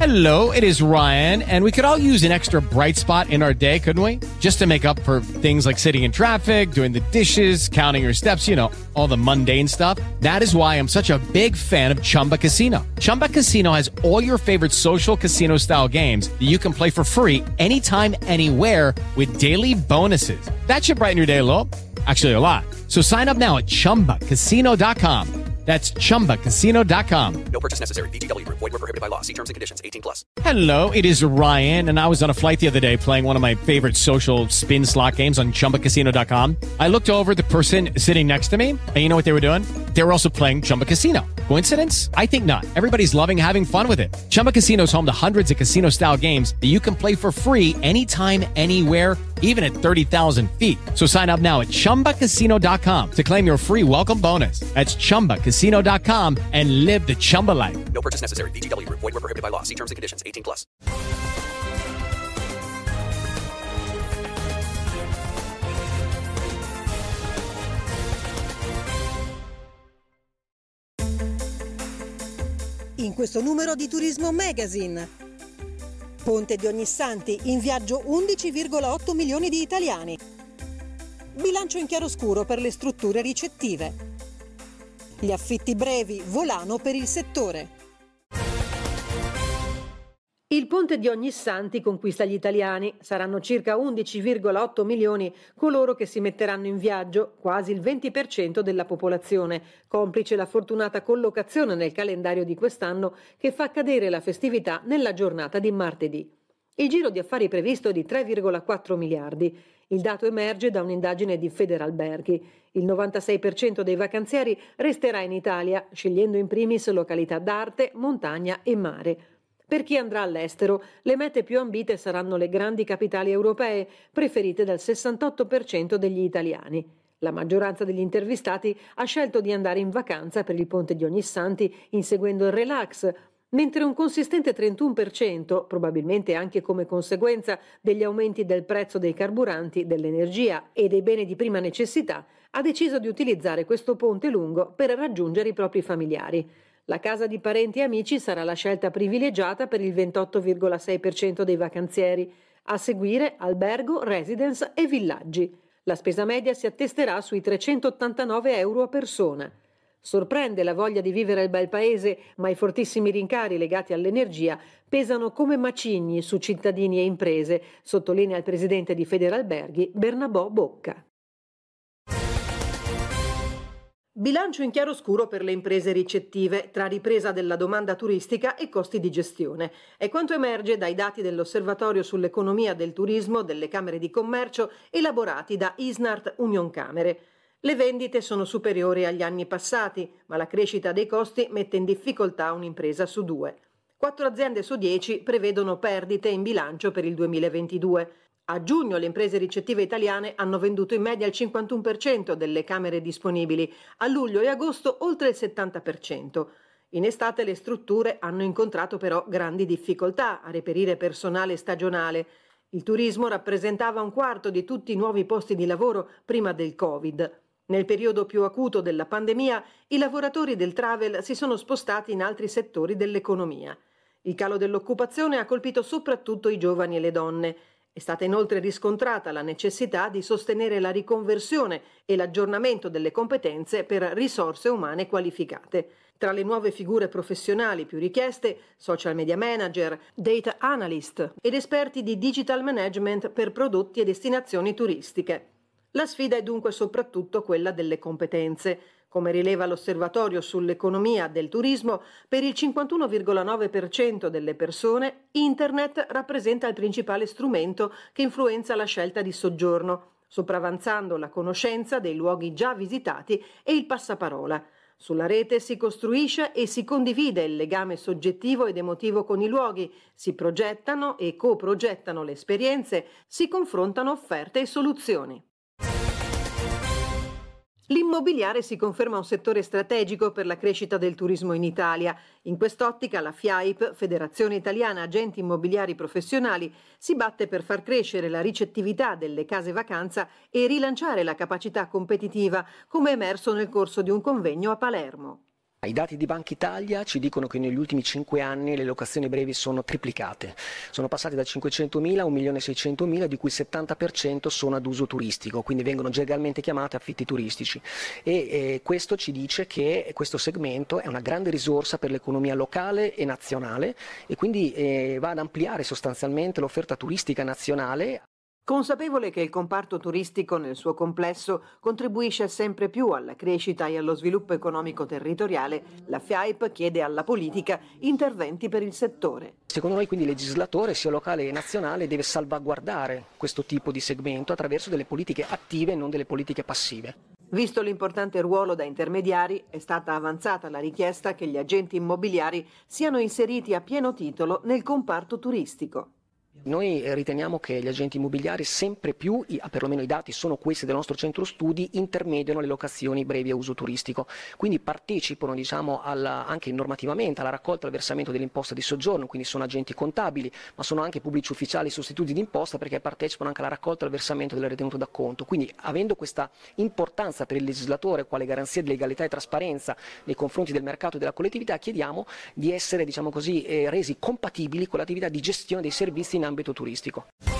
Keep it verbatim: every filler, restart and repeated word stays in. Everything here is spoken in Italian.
Hello, it is Ryan, and we could all use an extra bright spot in our day, couldn't we? Just to make up for things like sitting in traffic, doing the dishes, counting your steps, you know, all the mundane stuff. That is why I'm such a big fan of Chumba Casino. Chumba Casino has all your favorite social casino-style games that you can play for free anytime, anywhere with daily bonuses. That should brighten your day a little. Actually, a lot. So sign up now at chumba casino dot com. That's chumba casino dot com. No purchase necessary. V G W Group. Void where prohibited by law. See terms and conditions. eighteen plus. Hello, it is Ryan, and I was on a flight the other day playing one of my favorite social spin slot games on chumba casino dot com. I looked over at the person sitting next to me, and you know what they were doing? They were also playing Chumba Casino. Coincidence? I think not. Everybody's loving having fun with it. Chumba Casino is home to hundreds of casino-style games that you can play for free anytime, anywhere, even at thirty thousand feet. So sign up now at chumba casino dot com to claim your free welcome bonus. That's chumba casino dot com and live the Chumba life. No purchase necessary. V G W Group. Void where prohibited by law. See terms and conditions. eighteen plus. In questo numero di Turismo Magazine. Ponte di Ognissanti, in viaggio undici virgola otto milioni di italiani. Bilancio in chiaroscuro per le strutture ricettive. Gli affitti brevi volano per il settore. Il ponte di Ognissanti conquista gli italiani. Saranno circa undici virgola otto milioni coloro che si metteranno in viaggio, quasi il venti per cento della popolazione, complice la fortunata collocazione nel calendario di quest'anno che fa cadere la festività nella giornata di martedì. Il giro di affari previsto è di tre virgola quattro miliardi. Il dato emerge da un'indagine di Federalberghi. Il novantasei per cento dei vacanzieri resterà in Italia, scegliendo in primis località d'arte, montagna e mare. Per chi andrà all'estero, le mete più ambite saranno le grandi capitali europee, preferite dal sessantotto per cento degli italiani. La maggioranza degli intervistati ha scelto di andare in vacanza per il ponte di Ognissanti inseguendo il relax, mentre un consistente trentuno per cento, probabilmente anche come conseguenza degli aumenti del prezzo dei carburanti, dell'energia e dei beni di prima necessità, ha deciso di utilizzare questo ponte lungo per raggiungere i propri familiari. La casa di parenti e amici sarà la scelta privilegiata per il ventotto virgola sei per cento dei vacanzieri. A seguire albergo, residence e villaggi. La spesa media si attesterà sui trecentottantanove euro a persona. Sorprende la voglia di vivere il bel paese, ma i fortissimi rincari legati all'energia pesano come macigni su cittadini e imprese, sottolinea il presidente di Federalberghi, Bernabò Bocca. Bilancio in chiaroscuro per le imprese ricettive, tra ripresa della domanda turistica e costi di gestione. È quanto emerge dai dati dell'Osservatorio sull'economia del turismo delle Camere di Commercio elaborati da Isnart Unioncamere. Le vendite sono superiori agli anni passati, ma la crescita dei costi mette in difficoltà un'impresa su due. Quattro aziende su dieci prevedono perdite in bilancio per il duemilaventidue. A giugno le imprese ricettive italiane hanno venduto in media il cinquantuno per cento delle camere disponibili, a luglio e agosto oltre il settanta per cento. In estate le strutture hanno incontrato però grandi difficoltà a reperire personale stagionale. Il turismo rappresentava un quarto di tutti i nuovi posti di lavoro prima del Covid. Nel periodo più acuto della pandemia, i lavoratori del travel si sono spostati in altri settori dell'economia. Il calo dell'occupazione ha colpito soprattutto i giovani e le donne. È stata inoltre riscontrata la necessità di sostenere la riconversione e l'aggiornamento delle competenze per risorse umane qualificate. Tra le nuove figure professionali più richieste, social media manager, data analyst ed esperti di digital management per prodotti e destinazioni turistiche. La sfida è dunque soprattutto quella delle competenze. Come rileva l'Osservatorio sull'economia del turismo, per il cinquantuno virgola nove per cento delle persone, Internet rappresenta il principale strumento che influenza la scelta di soggiorno, sopravanzando la conoscenza dei luoghi già visitati e il passaparola. Sulla rete si costruisce e si condivide il legame soggettivo ed emotivo con i luoghi, si progettano e coprogettano le esperienze, si confrontano offerte e soluzioni. L'immobiliare si conferma un settore strategico per la crescita del turismo in Italia. In quest'ottica la FIAIP, Federazione Italiana Agenti Immobiliari Professionali, si batte per far crescere la ricettività delle case vacanza e rilanciare la capacità competitiva, come emerso nel corso di un convegno a Palermo. I dati di Banca Italia ci dicono che negli ultimi cinque anni le locazioni brevi sono triplicate, sono passate da cinquecentomila a un milione e seicentomila, di cui il settanta per cento sono ad uso turistico, quindi vengono generalmente chiamate affitti turistici, e eh, questo ci dice che questo segmento è una grande risorsa per l'economia locale e nazionale e quindi eh, va ad ampliare sostanzialmente l'offerta turistica nazionale. Consapevole che il comparto turistico nel suo complesso contribuisce sempre più alla crescita e allo sviluppo economico territoriale, la FIAIP chiede alla politica interventi per il settore. Secondo noi quindi il legislatore, sia locale che nazionale, deve salvaguardare questo tipo di segmento attraverso delle politiche attive e non delle politiche passive. Visto l'importante ruolo da intermediari, è stata avanzata la richiesta che gli agenti immobiliari siano inseriti a pieno titolo nel comparto turistico. Noi riteniamo che gli agenti immobiliari sempre più, perlomeno i dati sono questi del nostro centro studi, intermediano le locazioni brevi a uso turistico, quindi partecipano diciamo, alla, anche normativamente alla raccolta e al versamento dell'imposta di soggiorno, quindi sono agenti contabili, ma sono anche pubblici ufficiali sostituti d'imposta perché partecipano anche alla raccolta e al versamento della ritenuta d'acconto. Quindi avendo questa importanza per il legislatore quale garanzia di legalità e trasparenza nei confronti del mercato e della collettività, chiediamo di essere diciamo così, eh, resi compatibili con l'attività di gestione dei servizi in ambito turistico.